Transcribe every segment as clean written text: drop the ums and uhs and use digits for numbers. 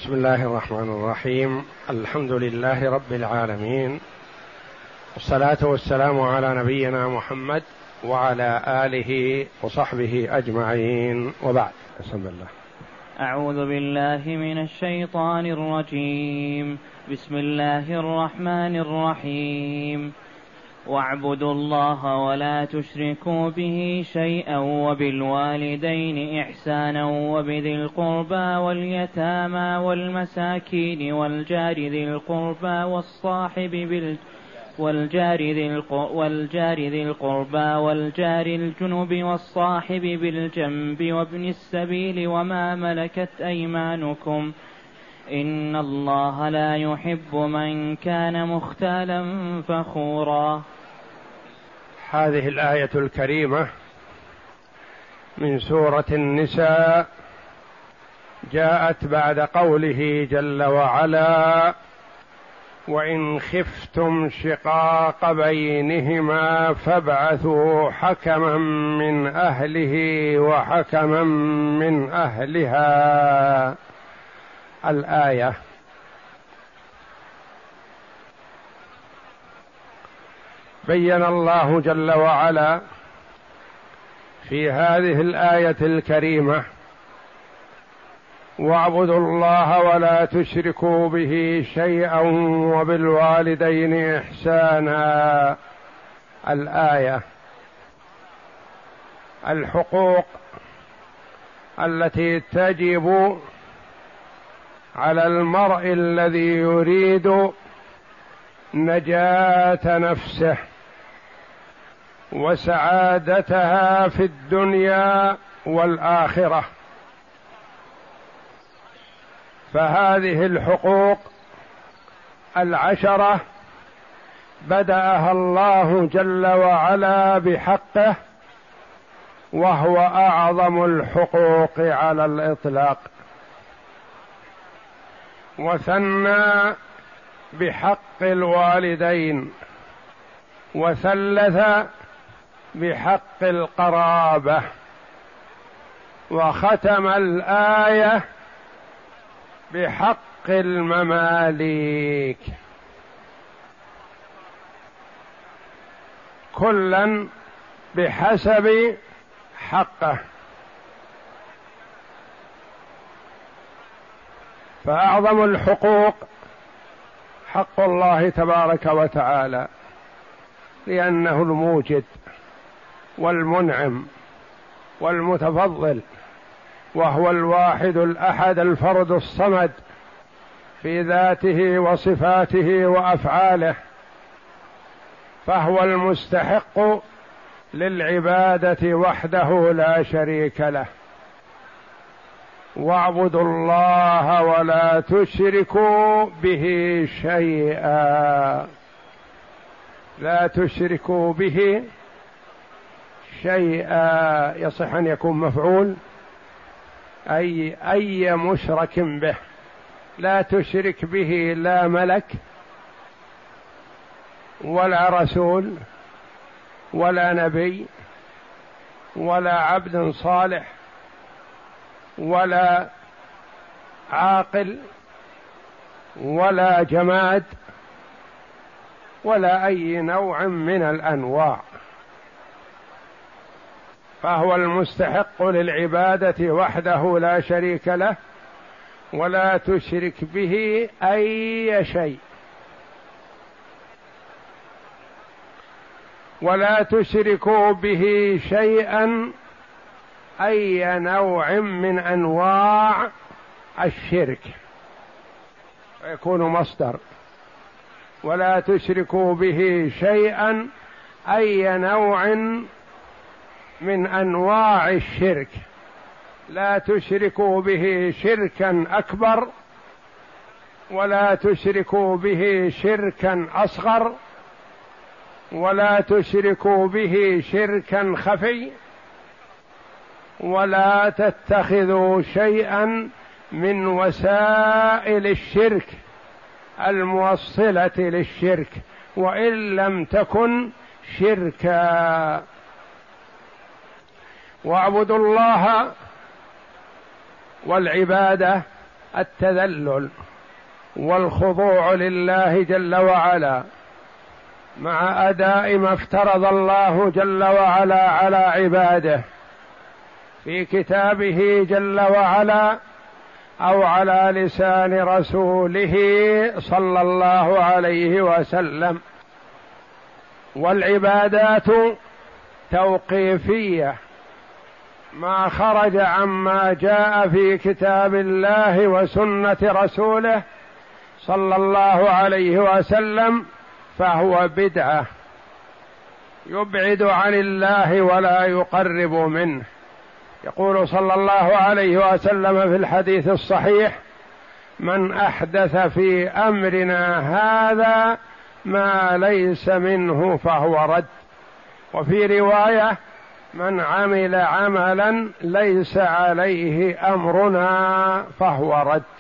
بسم الله الرحمن الرحيم. الحمد لله رب العالمين، والصلاة والسلام على نبينا محمد وعلى آله وصحبه أجمعين، وبعد. بسم الله. أعوذ بالله من الشيطان الرجيم. بسم الله الرحمن الرحيم. واعبدوا الله ولا تشركوا به شيئا وبالوالدين إحسانا وبذي القربى واليتامى والمساكين والجار ذي القربى والجار ذي القربى والجار الجنب والصاحب بالجنب وابن السبيل وما ملكت أيمانكم إن الله لا يحب من كان مختالا فخورا. هذه الآية الكريمة من سورة النساء جاءت بعد قوله جل وعلا: وإن خفتم شقاق بينهما فابعثوا حكما من أهله وحكما من أهلها. الآية. بين الله جل وعلا في هذه الآية الكريمة: واعبدوا الله ولا تشركوا به شيئا وبالوالدين إحسانا. الآية. الحقوق التي تجب على المرء الذي يريد نجاة نفسه وسعادتها في الدنيا والآخرة. فهذه الحقوق العشرة بدأها الله جل وعلا بحقه، وهو أعظم الحقوق على الإطلاق، وثنى بحق الوالدين، وثلث بحق القرابة، وختم الآية بحق المماليك، كلا بحسب حقه. فأعظم الحقوق حق الله تبارك وتعالى، لأنه الموجد والمنعم والمتفضل، وهو الواحد الأحد الفرد الصمد في ذاته وصفاته وأفعاله، فهو المستحق للعبادة وحده لا شريك له. واعبدوا الله ولا تشركوا به شيئا. لا تشركوا به شيئا يصح أن يكون مفعول، أي مشرك به. لا تشرك به لا ملك ولا رسول ولا نبي ولا عبد صالح ولا عاقل ولا جماد ولا أي نوع من الأنواع، فهو المستحق للعبادة وحده لا شريك له. ولا تشرك به أي شيء، ولا تشركوا به شيئا أي نوع من أنواع الشرك، يكون مصدر. ولا تشركوا به شيئا أي نوع من أنواع الشرك. لا تشركوا به شركا أكبر، ولا تشركوا به شركا أصغر، ولا تشركوا به شركا خفي، ولا تتخذوا شيئا من وسائل الشرك الموصلة للشرك وإن لم تكن شركا. واعبدوا الله، والعبادة التذلل والخضوع لله جل وعلا مع أداء ما افترض الله جل وعلا على عباده في كتابه جل وعلا أو على لسان رسوله صلى الله عليه وسلم. والعبادات توقيفية، ما خرج عما جاء في كتاب الله وسنة رسوله صلى الله عليه وسلم فهو بدعة يبعد عن الله ولا يقرب منه. يقول صلى الله عليه وسلم في الحديث الصحيح: من أحدث في أمرنا هذا ما ليس منه فهو رد. وفي رواية: من عمل عملا ليس عليه أمرنا فهو رد.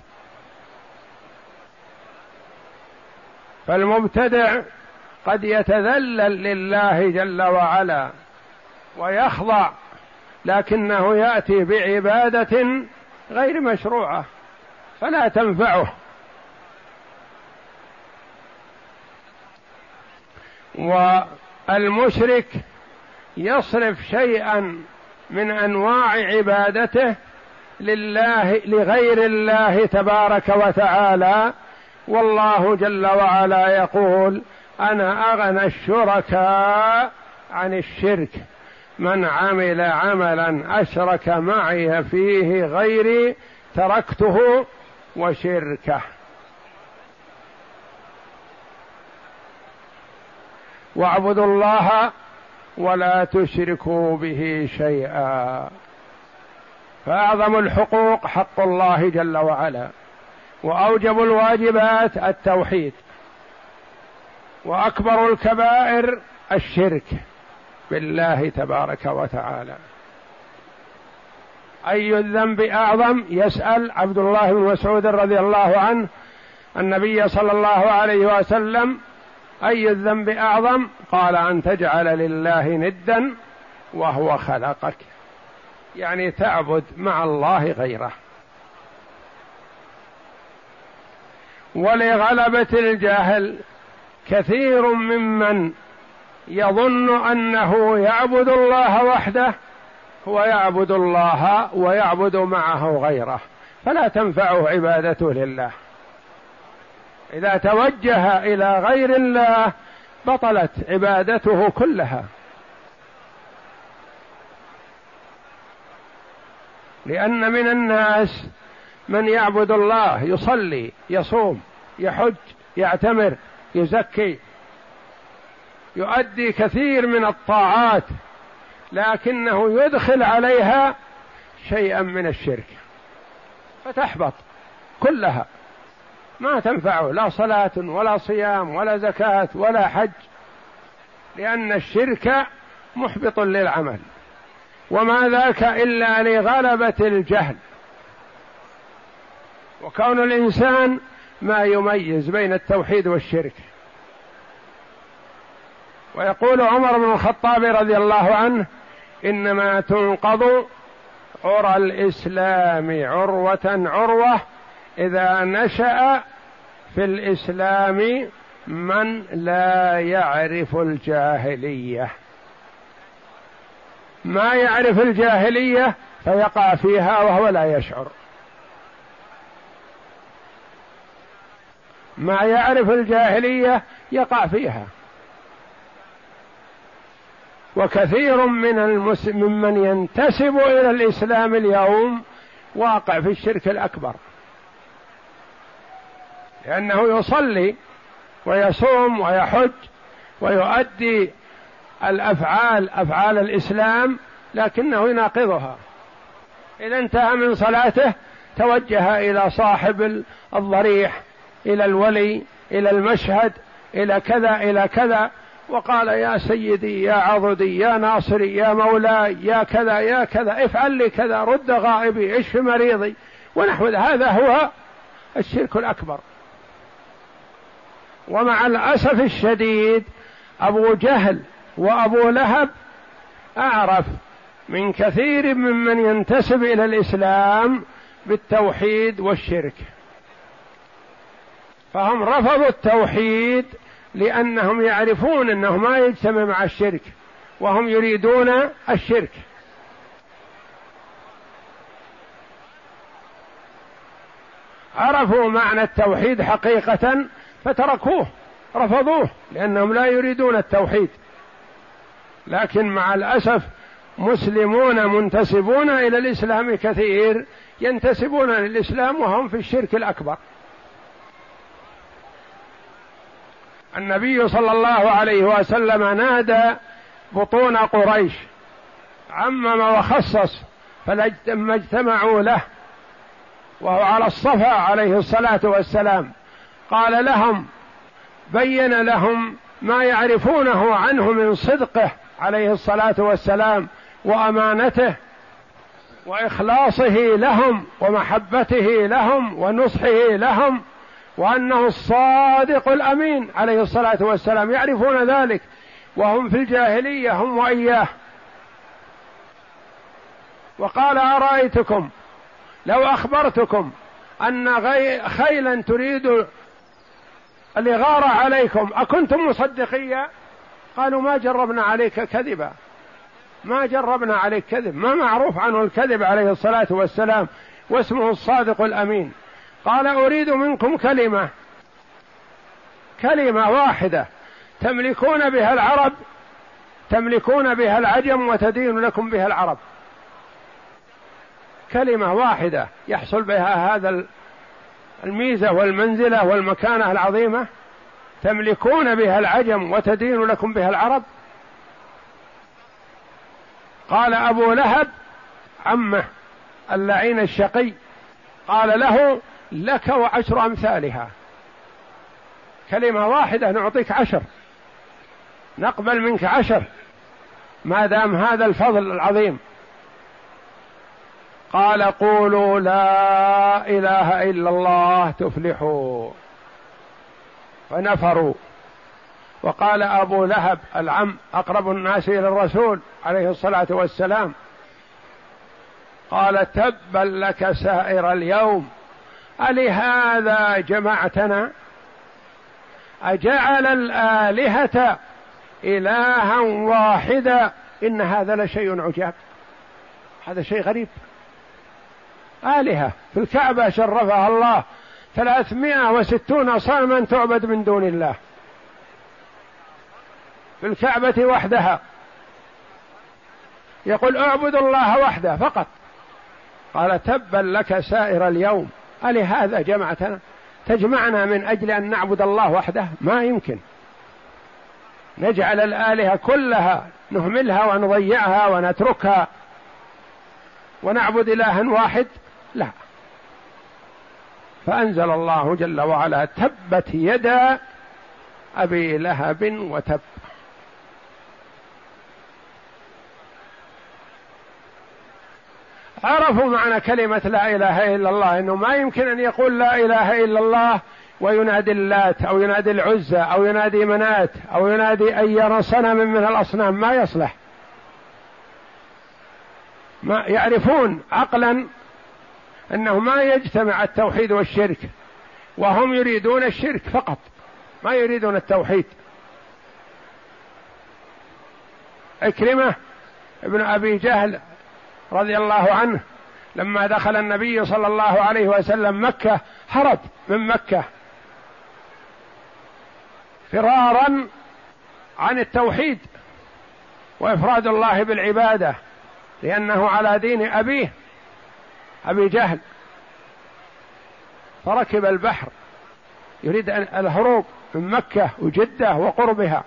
فالمبتدع قد يتذلل لله جل وعلا ويخضع، لكنه يأتي بعبادة غير مشروعة فلا تنفعه. والمشرك يصرف شيئا من أنواع عبادته لغير الله تبارك وتعالى، والله جل وعلا يقول: أنا أغنى الشركاء عن الشرك، من عمل عملا أشرك معي فيه غيري تركته وشركه. واعبدوا الله ولا تشركوا به شيئا. فأعظم الحقوق حق الله جل وعلا، وأوجب الواجبات التوحيد، وأكبر الكبائر الشرك بالله تبارك وتعالى. أي الذنب أعظم؟ يسأل عبد الله بن مسعود رضي الله عنه النبي صلى الله عليه وسلم: أي الذنب أعظم؟ قال: أن تجعل لله ندا وهو خلقك، يعني تعبد مع الله غيره. ولغلبة الجهل كثير ممن يظن أنه يعبد الله وحده هو يعبد الله ويعبد معه غيره، فلا تنفعه عبادته لله. إذا توجه إلى غير الله بطلت عبادته كلها، لأن من الناس من يعبد الله، يصلي، يصوم، يحج، يعتمر، يزكي، يؤدي كثير من الطاعات، لكنه يدخل عليها شيئا من الشرك فتحبط كلها، ما تنفعه لا صلاة ولا صيام ولا زكاة ولا حج، لأن الشرك محبط للعمل. وما ذاك إلا لغلبة الجهل، وكون الإنسان ما يميز بين التوحيد والشرك. ويقول عمر بن الخطاب رضي الله عنه: إنما تنقض عرى الإسلام عروة عروة إذا نشأ في الإسلام من لا يعرف الجاهلية. ما يعرف الجاهلية فيقع فيها وهو لا يشعر، ما يعرف الجاهلية يقع فيها. وكثير ممن ينتسب إلى الإسلام اليوم واقع في الشرك الأكبر، لأنه يصلي ويصوم ويحج ويؤدي أفعال الإسلام، لكنه يناقضها. إذا انتهى من صلاته توجه إلى صاحب الضريح، إلى الولي، إلى المشهد، إلى كذا إلى كذا، وقال: يا سيدي، يا عضدي، يا ناصري، يا مولاي، يا كذا يا كذا، افعل لي كذا، رد غائبي، اشف مريضي، ونحو هذا هو الشرك الأكبر. ومع الأسف الشديد أبو جهل وأبو لهب أعرف من كثير ممن ينتسب إلى الإسلام بالتوحيد والشرك، فهم رفضوا التوحيد لأنهم يعرفون أنه ما يجتمع مع الشرك، وهم يريدون الشرك. عرفوا معنى التوحيد حقيقة فتركوه، رفضوه لأنهم لا يريدون التوحيد. لكن مع الأسف مسلمون منتسبون إلى الإسلام كثير ينتسبون للإسلام وهم في الشرك الأكبر. النبي صلى الله عليه وسلم نادى بطون قريش، عمم وخصص، فلما اجتمعوا له وهو على الصفا عليه الصلاة والسلام قال لهم، بين لهم ما يعرفونه عنه من صدقه عليه الصلاة والسلام وأمانته وإخلاصه لهم ومحبته لهم ونصحه لهم، وأنه الصادق الأمين عليه الصلاة والسلام، يعرفون ذلك وهم في الجاهلية هم وإياه. وقال أرأيتكم لو أخبرتكم أن خيلا تريد الإغارة عليكم أكنتم مصدقية؟ قالوا ما جربنا عليك كذبا، ما جربنا عليك كذب، ما معروف عنه الكذب عليه الصلاة والسلام، واسمه الصادق الأمين. قال أريد منكم كلمة واحدة تملكون بها العرب، تملكون بها العجم وتدين لكم بها العرب، كلمة واحدة يحصل بها هذا الميزة والمنزلة والمكانة العظيمة، تملكون بها العجم وتدين لكم بها العرب. قال أبو لهب عمه اللعين الشقي قال له لك وعشر أمثالها، كلمة واحدة نعطيك 10، نقبل منك 10 ما دام هذا الفضل العظيم. قال قولوا لا إله إلا الله تفلحوا، فنفروا. وقال أبو لهب العم أقرب الناس إلى الرسول عليه الصلاة والسلام قال تبا لك سائر اليوم، ألهذا جمعتنا؟ أجعل الآلهة إلها واحدا إن هذا لشيء عجاب، هذا شيء غريب. آلهة في الكعبة شرفها الله 360 صنما تعبد من دون الله في الكعبة وحدها، يقول اعبد الله وحده فقط. قال تبا لك سائر اليوم، ألهذا جمعتنا؟ تجمعنا من أجل أن نعبد الله وحده؟ ما يمكن. نجعل الآلهة كلها نهملها ونضيعها ونتركها ونعبد إلها واحد؟ لا. فأنزل الله جل وعلا تبت يدا أبي لهب وتب. عرفوا معنى كلمة لا إله إلا الله، إنه ما يمكن أن يقول لا إله إلا الله وينادي اللات أو ينادي العزى أو ينادي منات أو ينادي أي صنم من الأصنام، ما يصلح. ما يعرفون عقلا أنه ما يجتمع التوحيد والشرك، وهم يريدون الشرك فقط ما يريدون التوحيد. عكرمة ابن أبي جهل رضي الله عنه لما دخل النبي صلى الله عليه وسلم مكة هرب من مكة فرارا عن التوحيد وإفراد الله بالعبادة، لأنه على دين أبيه أبي جهل، فركب البحر يريد الهروب من مكة وجدة وقربها،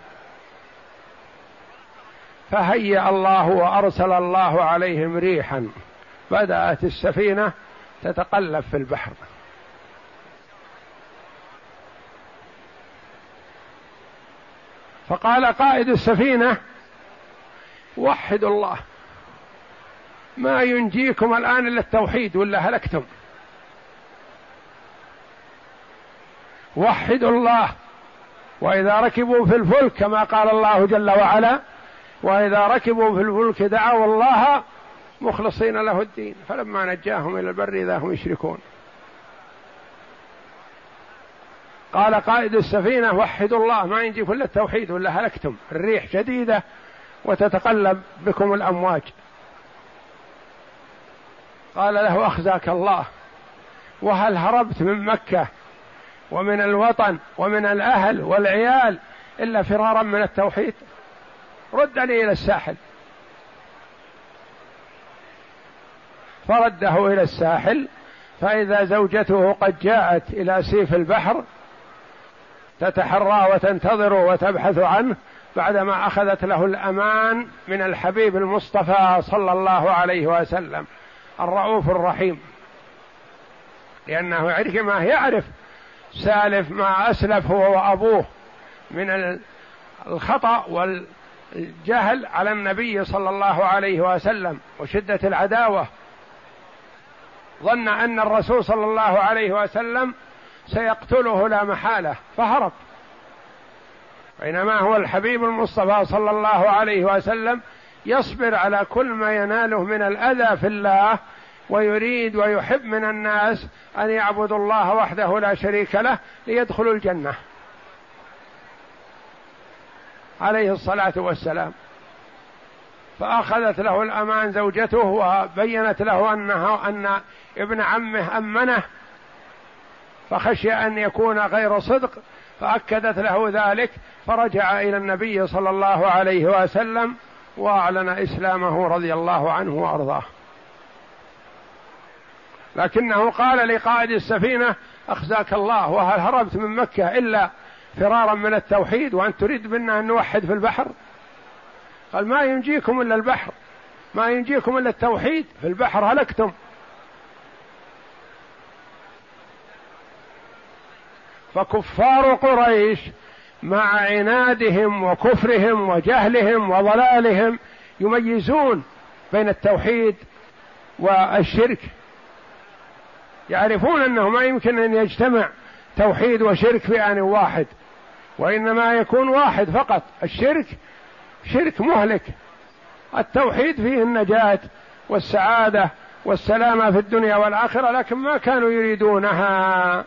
فهيأ الله وأرسل الله عليهم ريحا، بدأت السفينة تتقلب في البحر، فقال قائد السفينة وحدوا الله، ما ينجيكم الآن إلا التوحيد ولا هلكتم، وحدوا الله. وإذا ركبوا في الفلك كما قال الله جل وعلا وإذا ركبوا في الفلك دعوا الله مخلصين له الدين، فلما نجاهم إلى البر إذا هم يشركون. قال قائد السفينة وحدوا الله، ما ينجي كل التوحيد ولا هلكتم، الريح شديدة وتتقلب بكم الأمواج. قال له أخزاك الله، وهل هربت من مكة ومن الوطن ومن الأهل والعيال إلا فرارا من التوحيد؟ ردني إلى الساحل. فرده إلى الساحل، فإذا زوجته قد جاءت إلى سيف البحر تتحرى وتنتظر وتبحث عنه، بعدما أخذت له الأمان من الحبيب المصطفى صلى الله عليه وسلم الرؤوف الرحيم، لأنه يعرف سالف ما أسلف هو وأبوه من الخطأ والجهل على النبي صلى الله عليه وسلم وشدة العداوة. ظن أن الرسول صلى الله عليه وسلم سيقتله لا محالة فهرب، بينما هو الحبيب المصطفى صلى الله عليه وسلم يصبر على كل ما يناله من الأذى في الله، ويريد ويحب من الناس أن يعبدوا الله وحده لا شريك له ليدخلوا الجنة عليه الصلاة والسلام. فأخذت له الأمان زوجته وبينت له أن ابن عمه أمنه، فخشي أن يكون غير صدق، فأكدت له ذلك، فرجع إلى النبي صلى الله عليه وسلم وأعلن إسلامه رضي الله عنه وأرضاه. لكنه قال لقائد السفينة أخزاك الله، وهل هربت من مكة إلا فرارا من التوحيد وأن تريد منا أن نوحد في البحر؟ قال ما ينجيكم إلا البحر، ما ينجيكم إلا التوحيد، في البحر هلكتم. فكفار قريش مع عنادهم وكفرهم وجهلهم وضلالهم يميزون بين التوحيد والشرك، يعرفون أنه ما يمكن أن يجتمع توحيد وشرك في آن واحد، وإنما يكون واحد فقط. الشرك شرك مهلك، التوحيد فيه النجاة والسعادة والسلامة في الدنيا والآخرة، لكن ما كانوا يريدونها.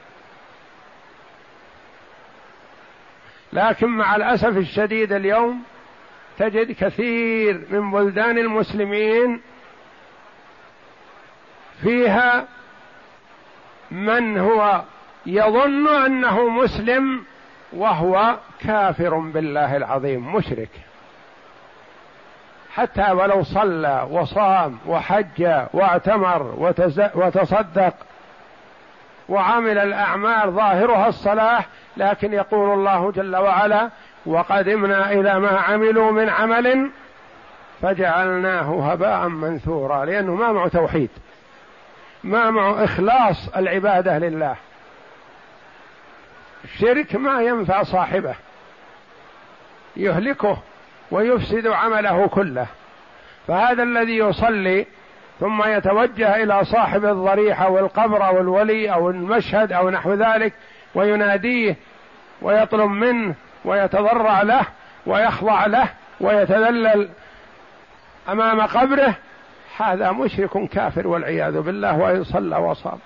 لكن مع الأسف الشديد اليوم تجد كثير من بلدان المسلمين فيها من هو يظن أنه مسلم وهو كافر بالله العظيم مشرك، حتى ولو صلى وصام وحج واعتمر وتصدق وعمل الأعمال ظاهرها الصلاح، لكن يقول الله جل وعلا وقدمنا إلى ما عملوا من عمل فجعلناه هباء منثورا، لأنه ما معه توحيد، ما معه إخلاص العبادة لله. الشرك ما ينفع صاحبه، يهلكه ويفسد عمله كله. فهذا الذي يصلي ثم يتوجه إلى صاحب الضريحة والقبر أو الولي أو المشهد أو نحو ذلك ويناديه ويطلب منه ويتضرع له ويخضع له ويتذلل أمام قبره، هذا مشرك كافر والعياذ بالله، وإن صلى وصام.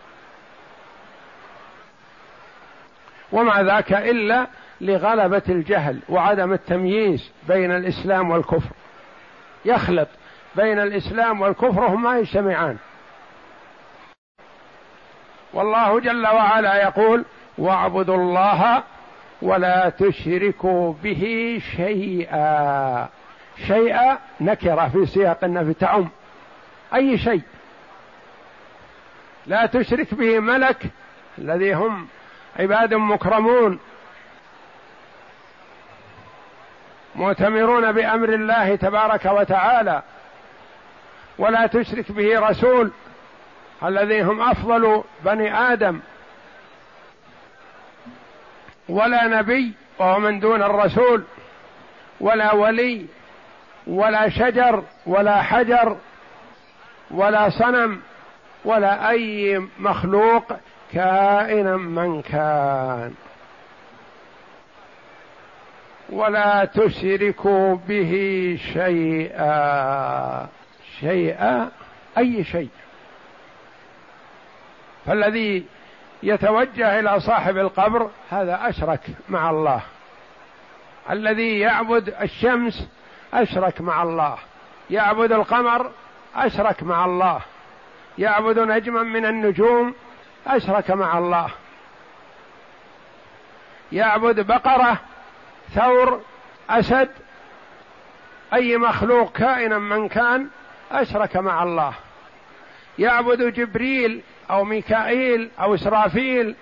ومع ذاك إلا لغلبة الجهل وعدم التمييز بين الإسلام والكفر، يخلط بين الإسلام والكفر هما يجتمعان. والله جل وعلا يقول واعبدوا الله ولا تشركوا به شيئا. شيئا نكرة في سياق النفي تعم أي شيء، لا تشرك به ملك الذي هم عباد مكرمون مؤتمرون بأمر الله تبارك وتعالى، ولا تشرك به رسول الذي هم أفضل بني آدم، ولا نبي وهو من دون الرسول، ولا ولي ولا شجر ولا حجر ولا صنم ولا أي مخلوق كائنا من كان. ولا تشركوا به شيئا. شيء أي شيء. فالذي يتوجه إلى صاحب القبر هذا أشرك مع الله، الذي يعبد الشمس أشرك مع الله، يعبد القمر أشرك مع الله، يعبد نجما من النجوم أشرك مع الله، يعبد بقرة، ثور، أسد، أي مخلوق كائنا من كان أشرك مع الله، يعبد جبريل أو ميكائيل أو إسرافيل،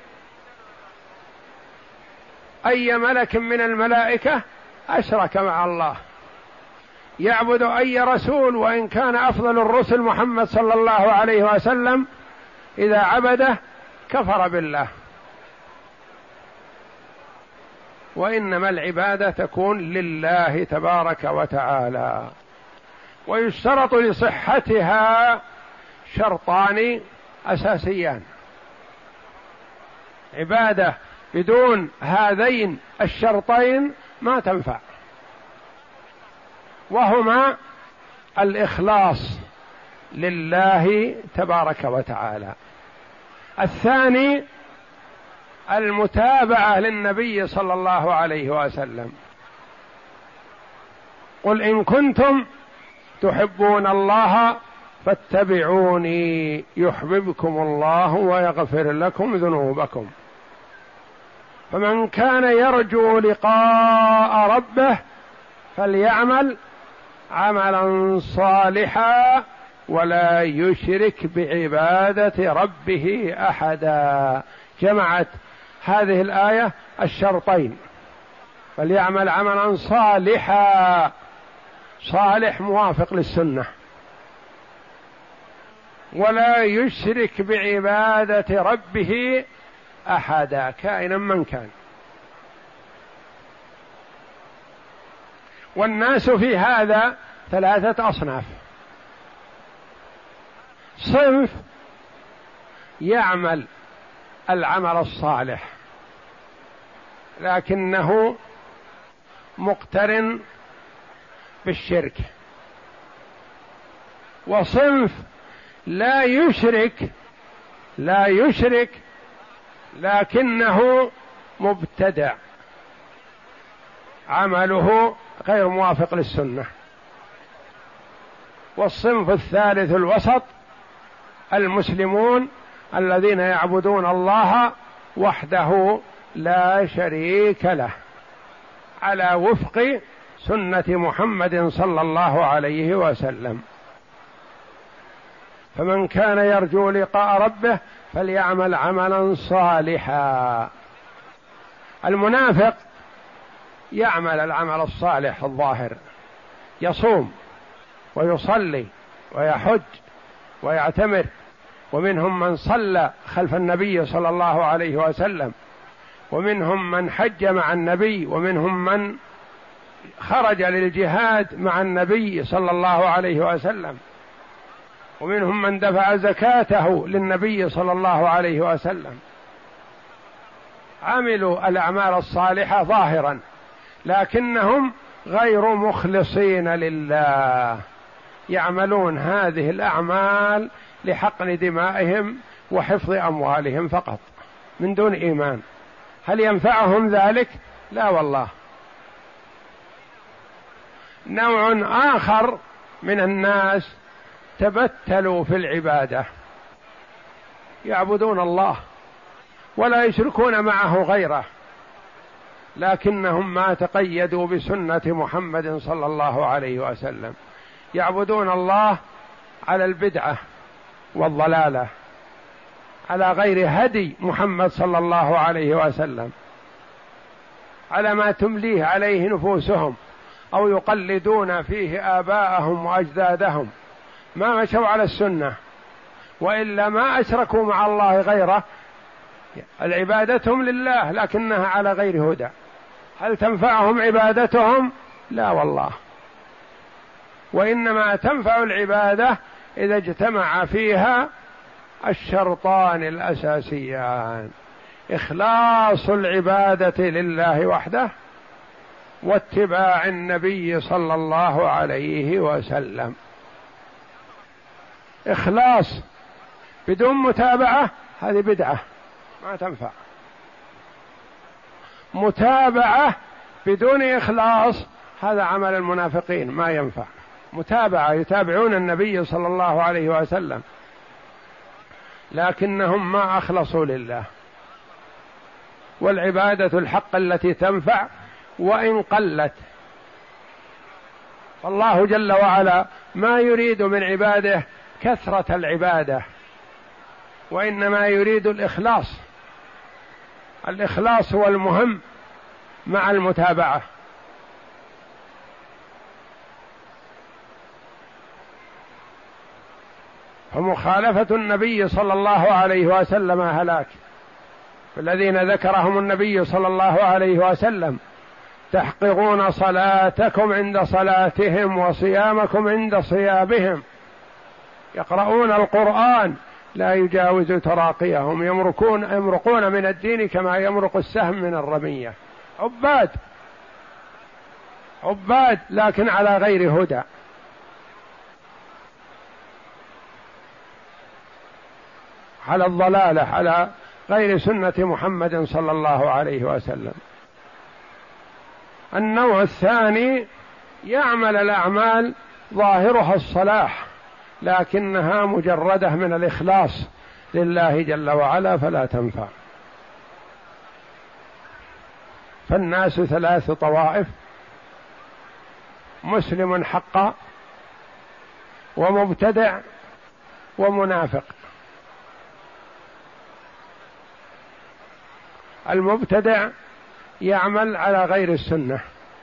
أي ملك من الملائكة أشرك مع الله، يعبد أي رسول وإن كان أفضل الرسل محمد صلى الله عليه وسلم، إذا عبده كفر بالله. وإنما العبادة تكون لله تبارك وتعالى. ويشترط لصحتها شرطان أساسيان، عبادة بدون هذين الشرطين ما تنفع، وهما الإخلاص لله تبارك وتعالى، الثاني المتابعة للنبي صلى الله عليه وسلم. قل إن كنتم تحبون الله فاتبعوني يحببكم الله ويغفر لكم ذنوبكم. فمن كان يرجو لقاء ربه فليعمل عملا صالحا ولا يشرك بعبادة ربه أحدا. جمعت هذه الآية الشرطين، فليعمل عملا صالحا، صالح موافق للسنة، ولا يشرك بعبادة ربه أحدا كائنا من كان. والناس في هذا ثلاثة أصناف: صنف يعمل العمل الصالح لكنه مقترن بالشرك، وصنف لا يشرك لكنه مبتدع، عمله غير موافق للسنة. والصنف الثالث الوسط المسلمون الذين يعبدون الله وحده لا شريك له على وفق سنة محمد صلى الله عليه وسلم. فمن كان يرجو لقاء ربه فليعمل عملا صالحا. المنافق يعمل العمل الصالح الظاهر، يصوم ويصلي ويحج ويعتمر، ومنهم من صلى خلف النبي صلى الله عليه وسلم، ومنهم من حج مع النبي، ومنهم من خرج للجهاد مع النبي صلى الله عليه وسلم، ومنهم من دفع زكاته للنبي صلى الله عليه وسلم. عملوا الأعمال الصالحة ظاهرا لكنهم غير مخلصين لله، يعملون هذه الأعمال لحقن دمائهم وحفظ أموالهم فقط من دون إيمان. هل ينفعهم ذلك؟ لا والله. نوع آخر من الناس تبتلوا في العبادة، يعبدون الله ولا يشركون معه غيره، لكنهم ما تقيدوا بسنة محمد صلى الله عليه وسلم، يعبدون الله على البدعة والضلالة، على غير هدي محمد صلى الله عليه وسلم، على ما تمليه عليه نفوسهم، أو يقلدون فيه آباءهم وأجدادهم، ما مشوا على السنة، وإلا ما أشركوا مع الله غيره. عبادتهم لله لكنها على غير هدى. هل تنفعهم عبادتهم؟ لا والله. وإنما تنفع العبادة إذا اجتمع فيها الشرطان الأساسيان: إخلاص العبادة لله وحده، واتباع النبي صلى الله عليه وسلم. إخلاص بدون متابعة هذه بدعة ما تنفع. متابعة بدون إخلاص هذا عمل المنافقين ما ينفع. متابعة يتابعون النبي صلى الله عليه وسلم لكنهم ما أخلصوا لله. والعبادة الحق التي تنفع وإن قلت، فالله جل وعلا ما يريد من عباده كثرة العبادة، وإنما يريد الإخلاص. الإخلاص هو المهم مع المتابعة. فمخالفة النبي صلى الله عليه وسلم هلاك. الذين ذكرهم النبي صلى الله عليه وسلم: تحقرون صلاتكم عند صلاتهم وصيامكم عند صيامهم، يقرؤون القرآن لا يجاوز تراقيهم، يمرقون من الدين كما يمرق السهم من الرمية. عباد لكن على غير هدى. على الضلالة، على غير سنة محمد صلى الله عليه وسلم. النوع الثاني يعمل الأعمال ظاهرها الصلاح لكنها مجردة من الإخلاص لله جل وعلا فلا تنفع. فالناس 3 طوائف: مسلم حقا، ومبتدع، ومنافق. المبتدع يعمل على غير السنة،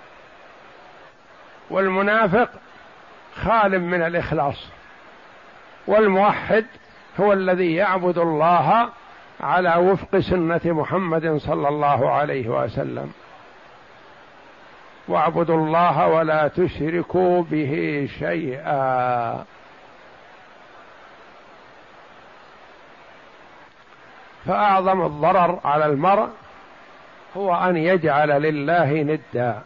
والمنافق خال من الإخلاص، والموحد هو الذي يعبد الله على وفق سنة محمد صلى الله عليه وسلم. واعبدوا الله ولا تشركوا به شيئا. فأعظم الضرر على المرء هو أن يجعل لله ندا،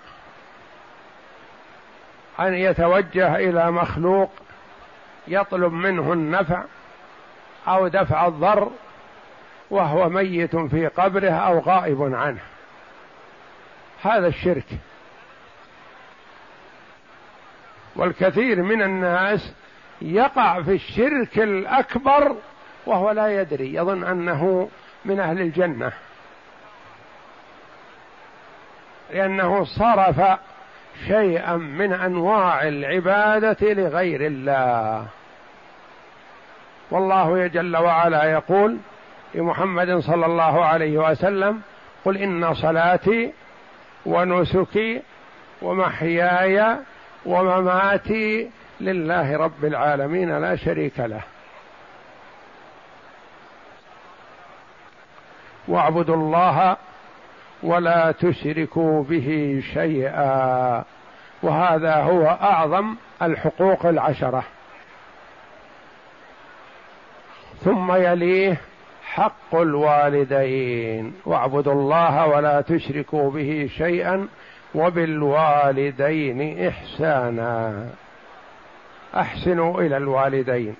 أن يتوجه إلى مخلوق يطلب منه النفع أو دفع الضر وهو ميت في قبره أو غائب عنه. هذا الشرك. والكثير من الناس يقع في الشرك الأكبر وهو لا يدري، يظن أنه من أهل الجنة، لأنه صرف شيئا من أنواع العبادة لغير الله. والله جل وعلا يقول لمحمد صلى الله عليه وسلم: قل إن صلاتي ونسكي ومحياي ومماتي لله رب العالمين لا شريك له، واعبدوا الله ولا تشركوا به شيئا. وهذا هو أعظم الحقوق 10. ثم يليه حق الوالدين: واعبدوا الله ولا تشركوا به شيئا وبالوالدين إحسانا. أحسنوا إلى الوالدين،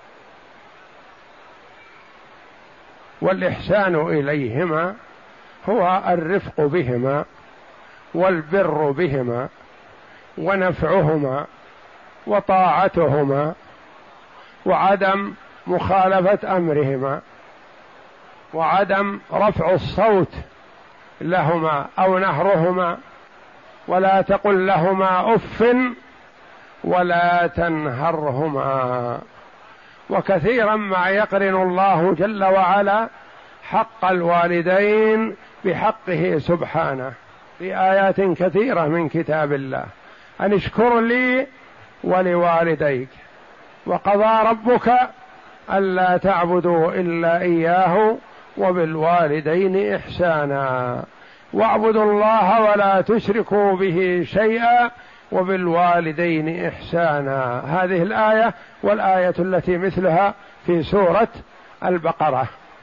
والإحسان إليهما هو الرفق بهما والبر بهما ونفعهما وطاعتهما وعدم مخالفة أمرهما وعدم رفع الصوت لهما أو نهرهما، ولا تقل لهما أف ولا تنهرهما. وكثيرا ما يقرن الله جل وعلا حق الوالدين بحقه سبحانه في آيات كثيرة من كتاب الله: أن اشكر لي ولوالديك، وقضى ربك ألا تعبدوا إلا إياه وبالوالدين إحسانا، واعبدوا الله ولا تشركوا به شيئا وبالوالدين إحسانا. هذه الآية والآية التي مثلها في سورة البقرة.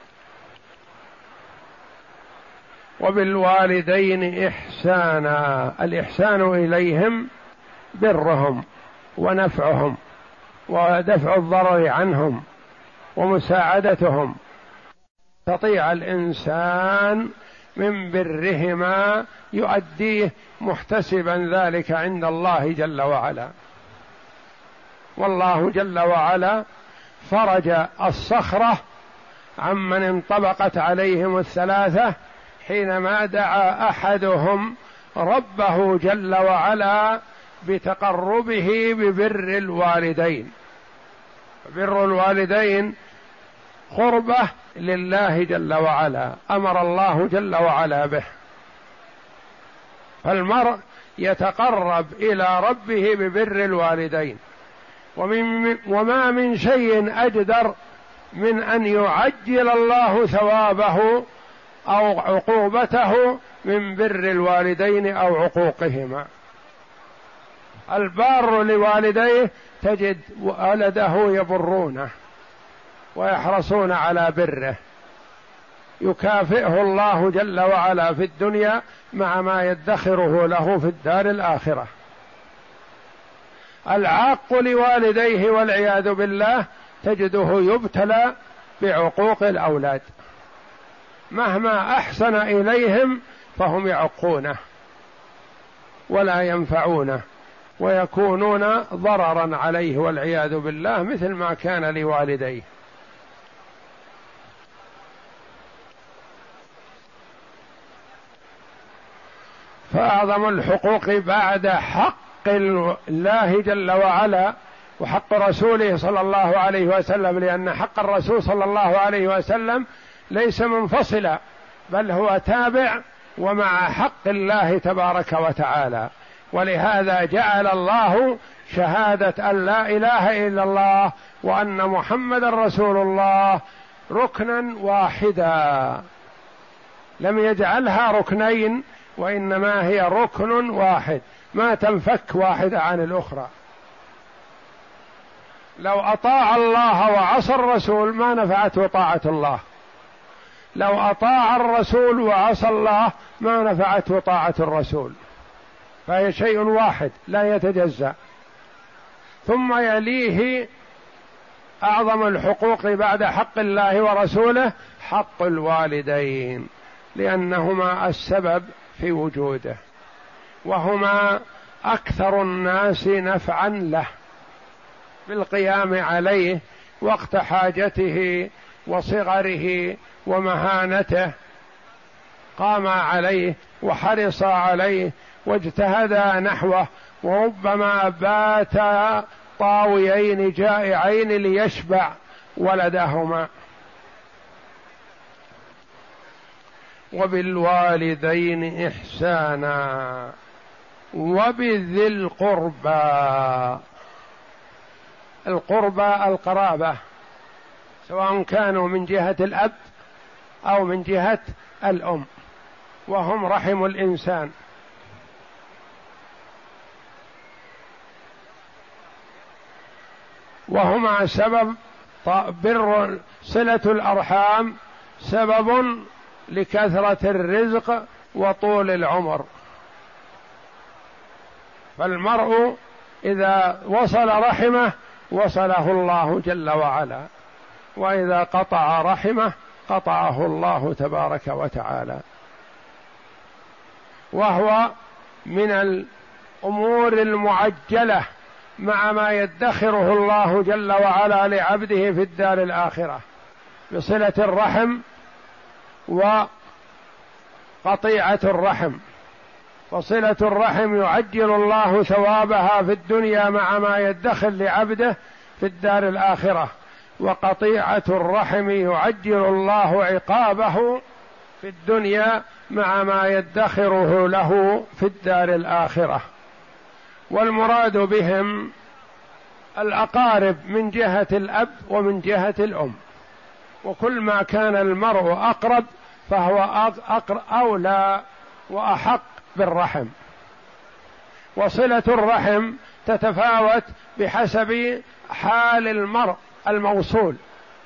وبالوالدين إحسانا، الإحسان إليهم برهم ونفعهم ودفع الضرر عنهم ومساعدتهم. يستطيع الإنسان من برهما يؤديه محتسبا ذلك عند الله جل وعلا. والله جل وعلا فرج الصخرة عمن انطبقت عليهم الثلاثة حينما دعا أحدهم ربه جل وعلا بتقربه ببر الوالدين. بر الوالدين قربة لله جل وعلا، أمر الله جل وعلا به. فالمرء يتقرب إلى ربه ببر الوالدين، وما من شيء أجدر من أن يعجل الله ثوابه أو عقوبته من بر الوالدين أو عقوقهما. البار لوالديه تجد ولده يبرونه ويحرصون على بره، يكافئه الله جل وعلا في الدنيا مع ما يدخره له في الدار الآخرة. العاق لوالديه والعياذ بالله تجده يبتلى بعقوق الأولاد، مهما أحسن إليهم فهم يعقونه ولا ينفعونه ويكونون ضررا عليه والعياذ بالله، مثل ما كان لوالديه. فأعظم الحقوق بعد حق الله جل وعلا وحق رسوله صلى الله عليه وسلم، لأن حق الرسول صلى الله عليه وسلم ليس منفصلا بل هو تابع ومع حق الله تبارك وتعالى. ولهذا جعل الله شهادة أن لا إله إلا الله وأن محمد رسول الله ركنا واحدا، لم يجعلها ركنين وإنما هي ركن واحد، ما تنفك واحدة عن الأخرى. لو أطاع الله وعصى الرسول ما نفعته طاعة الله، لو أطاع الرسول وعصى الله ما نفعته طاعة الرسول، فهي شيء واحد لا يتجزأ. ثم يليه أعظم الحقوق بعد حق الله ورسوله حق الوالدين، لأنهما السبب في وجوده وهما أكثر الناس نفعا له بالقيام عليه وقت حاجته وصغره ومهانته، قام عليه وحرص عليه واجتهدا نحوه، وربما باتا طاويين جائعين ليشبع ولدهما. وبالوالدين إحسانا وبذي القربى. القربى القرابة سواء كانوا من جهة الأب أو من جهة الأم، وهم رحم الإنسان. وهما سبب بر صلة الأرحام سبب لكثرة الرزق وطول العمر. فالمرء إذا وصل رحمه وصله الله جل وعلا، وإذا قطع رحمه قطعه الله تبارك وتعالى. وهو من الأمور المعجلة مع ما يدخره الله جل وعلا لعبده في الدار الآخرة بصلة الرحم وقطيعة الرحم. فصلة الرحم يعجل الله ثوابها في الدنيا مع ما يدخر لعبده في الدار الآخرة، وقطيعة الرحم يعجل الله عقابه في الدنيا مع ما يدخره له في الدار الآخرة. والمراد بهم الأقارب من جهة الأب ومن جهة الأم، وكل ما كان المرء أقرب فهو أولى وأحق بالرحم. وصلة الرحم تتفاوت بحسب حال المرء الموصول.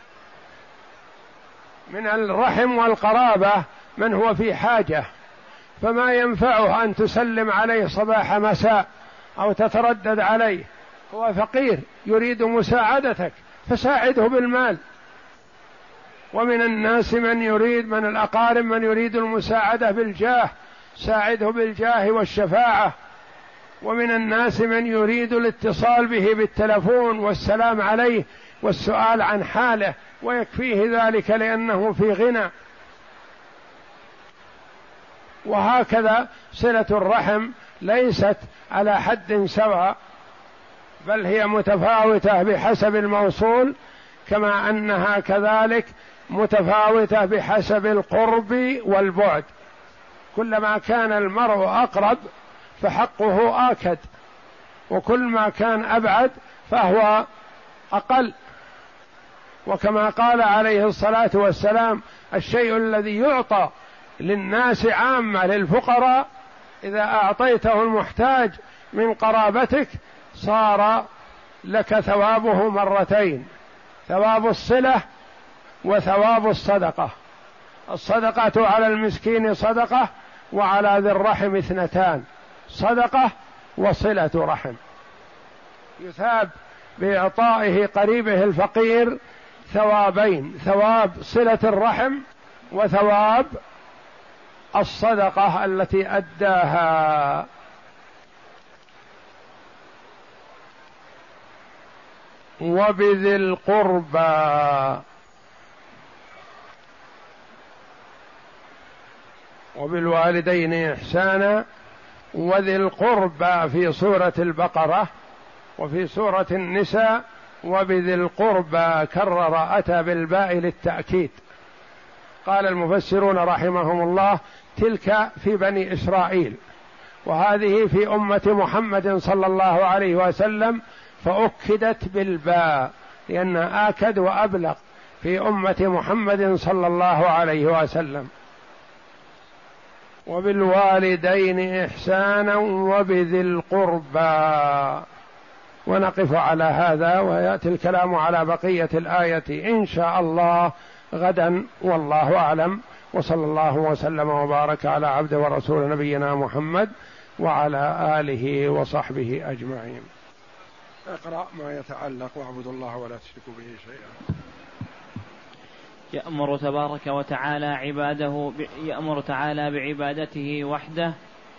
من الرحم والقرابة من هو في حاجة، فما ينفعه أن تسلم عليه صباح مساء أو تتردد عليه، هو فقير يريد مساعدتك فساعده بالمال. ومن الناس من الأقارب من يريد المساعدة بالجاه، ساعده بالجاه والشفاعة. ومن الناس من يريد الاتصال به بالتلفون والسلام عليه والسؤال عن حاله، ويكفيه ذلك لأنه في غنى. وهكذا صلة الرحم ليست على حد سواء، بل هي متفاوتة بحسب الموصول، كما أنها كذلك متفاوتة بحسب القرب والبعد. كلما كان المرء أقرب فحقه آكد، وكل ما كان أبعد فهو أقل. وكما قال عليه الصلاة والسلام: الشيء الذي يعطى للناس عامة للفقراء إذا أعطيته المحتاج من قرابتك صار لك ثوابه مرتين، ثواب الصلة وثواب الصدقة. الصدقة على المسكين صدقة، وعلى ذي الرحم اثنتان: صدقة وصلة رحم. يثاب بإعطائه قريبه الفقير ثوابين: ثواب صلة الرحم وثواب الصدقة التي أداها. وبذي القربى وبالوالدين إحسانا. وذي القربى في سورة البقرة، وفي سورة النساء وبذي القربى كرر، أتى بالباء للتأكيد. قال المفسرون رحمهم الله: تلك في بني إسرائيل، وهذه في أمة محمد صلى الله عليه وسلم، فأكدت بالباء لأن آكد وأبلغ في أمة محمد صلى الله عليه وسلم. وبالوالدين إحسانا وبذي القربى. ونقف على هذا، ويأتي الكلام على بقية الآية إن شاء الله غدا، والله أعلم. وصلى الله وسلم وبارك على عبد ورسول نبينا محمد وعلى آله وصحبه أجمعين. اقرأ ما يتعلق: واعبدوا الله ولا تشركوا به شيئا. يأمر تبارك وتعالى عباده يأمر تعالى بعبادته وحده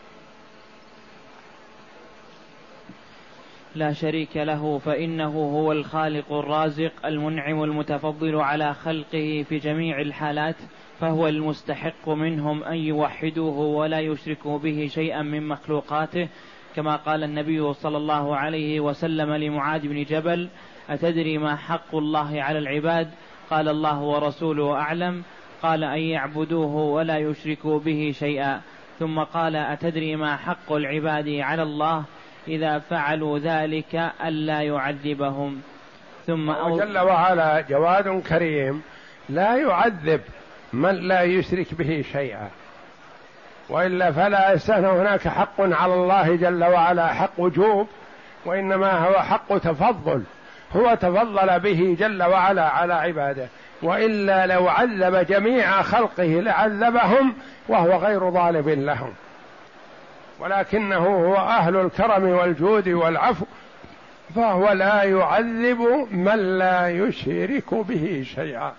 لا شريك له، فإنه هو الخالق الرازق المنعم المتفضل على خلقه في جميع الحالات، فهو المستحق منهم أن يوحدوه ولا يشركوا به شيئا من مخلوقاته، كما قال النبي صلى الله عليه وسلم لمعاذ بن جبل: أتدري ما حق الله على العباد؟ قال: الله ورسوله أعلم. قال: أن يعبدوه ولا يشركوا به شيئا. ثم قال: أتدري ما حق العباد على الله إذا فعلوا ذلك ألا يعذبهم. ثم جل وعلا جواد كريم لا يعذب من لا يشرك به شيئا، وإلا فلا يستثنى هناك حق على الله جل وعلا حق وجوب، وإنما هو حق تفضل، هو تفضل به جل وعلا على عباده، وإلا لو عذب جميع خلقه لعذبهم وهو غير ظالم لهم، ولكنه هو أهل الكرم والجود والعفو، فهو لا يعذب من لا يشرك به شيئا.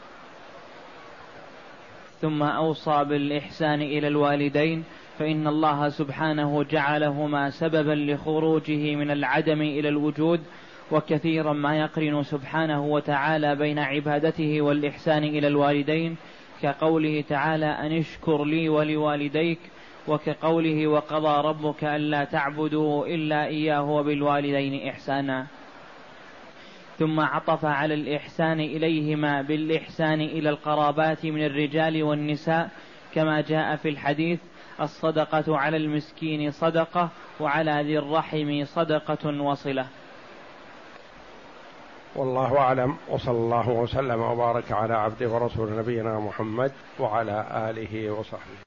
ثم أوصى بالإحسان إلى الوالدين، فإن الله سبحانه جعلهما سببا لخروجه من العدم إلى الوجود، وكثيرا ما يقرن سبحانه وتعالى بين عبادته والإحسان إلى الوالدين، كقوله تعالى: أن اشكر لي ولوالديك، وكقوله: وقضى ربك ألا تعبدوا إلا إياه وبالوالدين إحسانا. ثم عطف على الإحسان إليهما بالإحسان إلى القرابات من الرجال والنساء، كما جاء في الحديث: الصدقة على المسكين صدقة، وعلى ذي الرحم صدقة وصلة. والله أعلم، وصلى الله وسلم وبارك على عبده ورسول نبينا محمد وعلى آله وصحبه.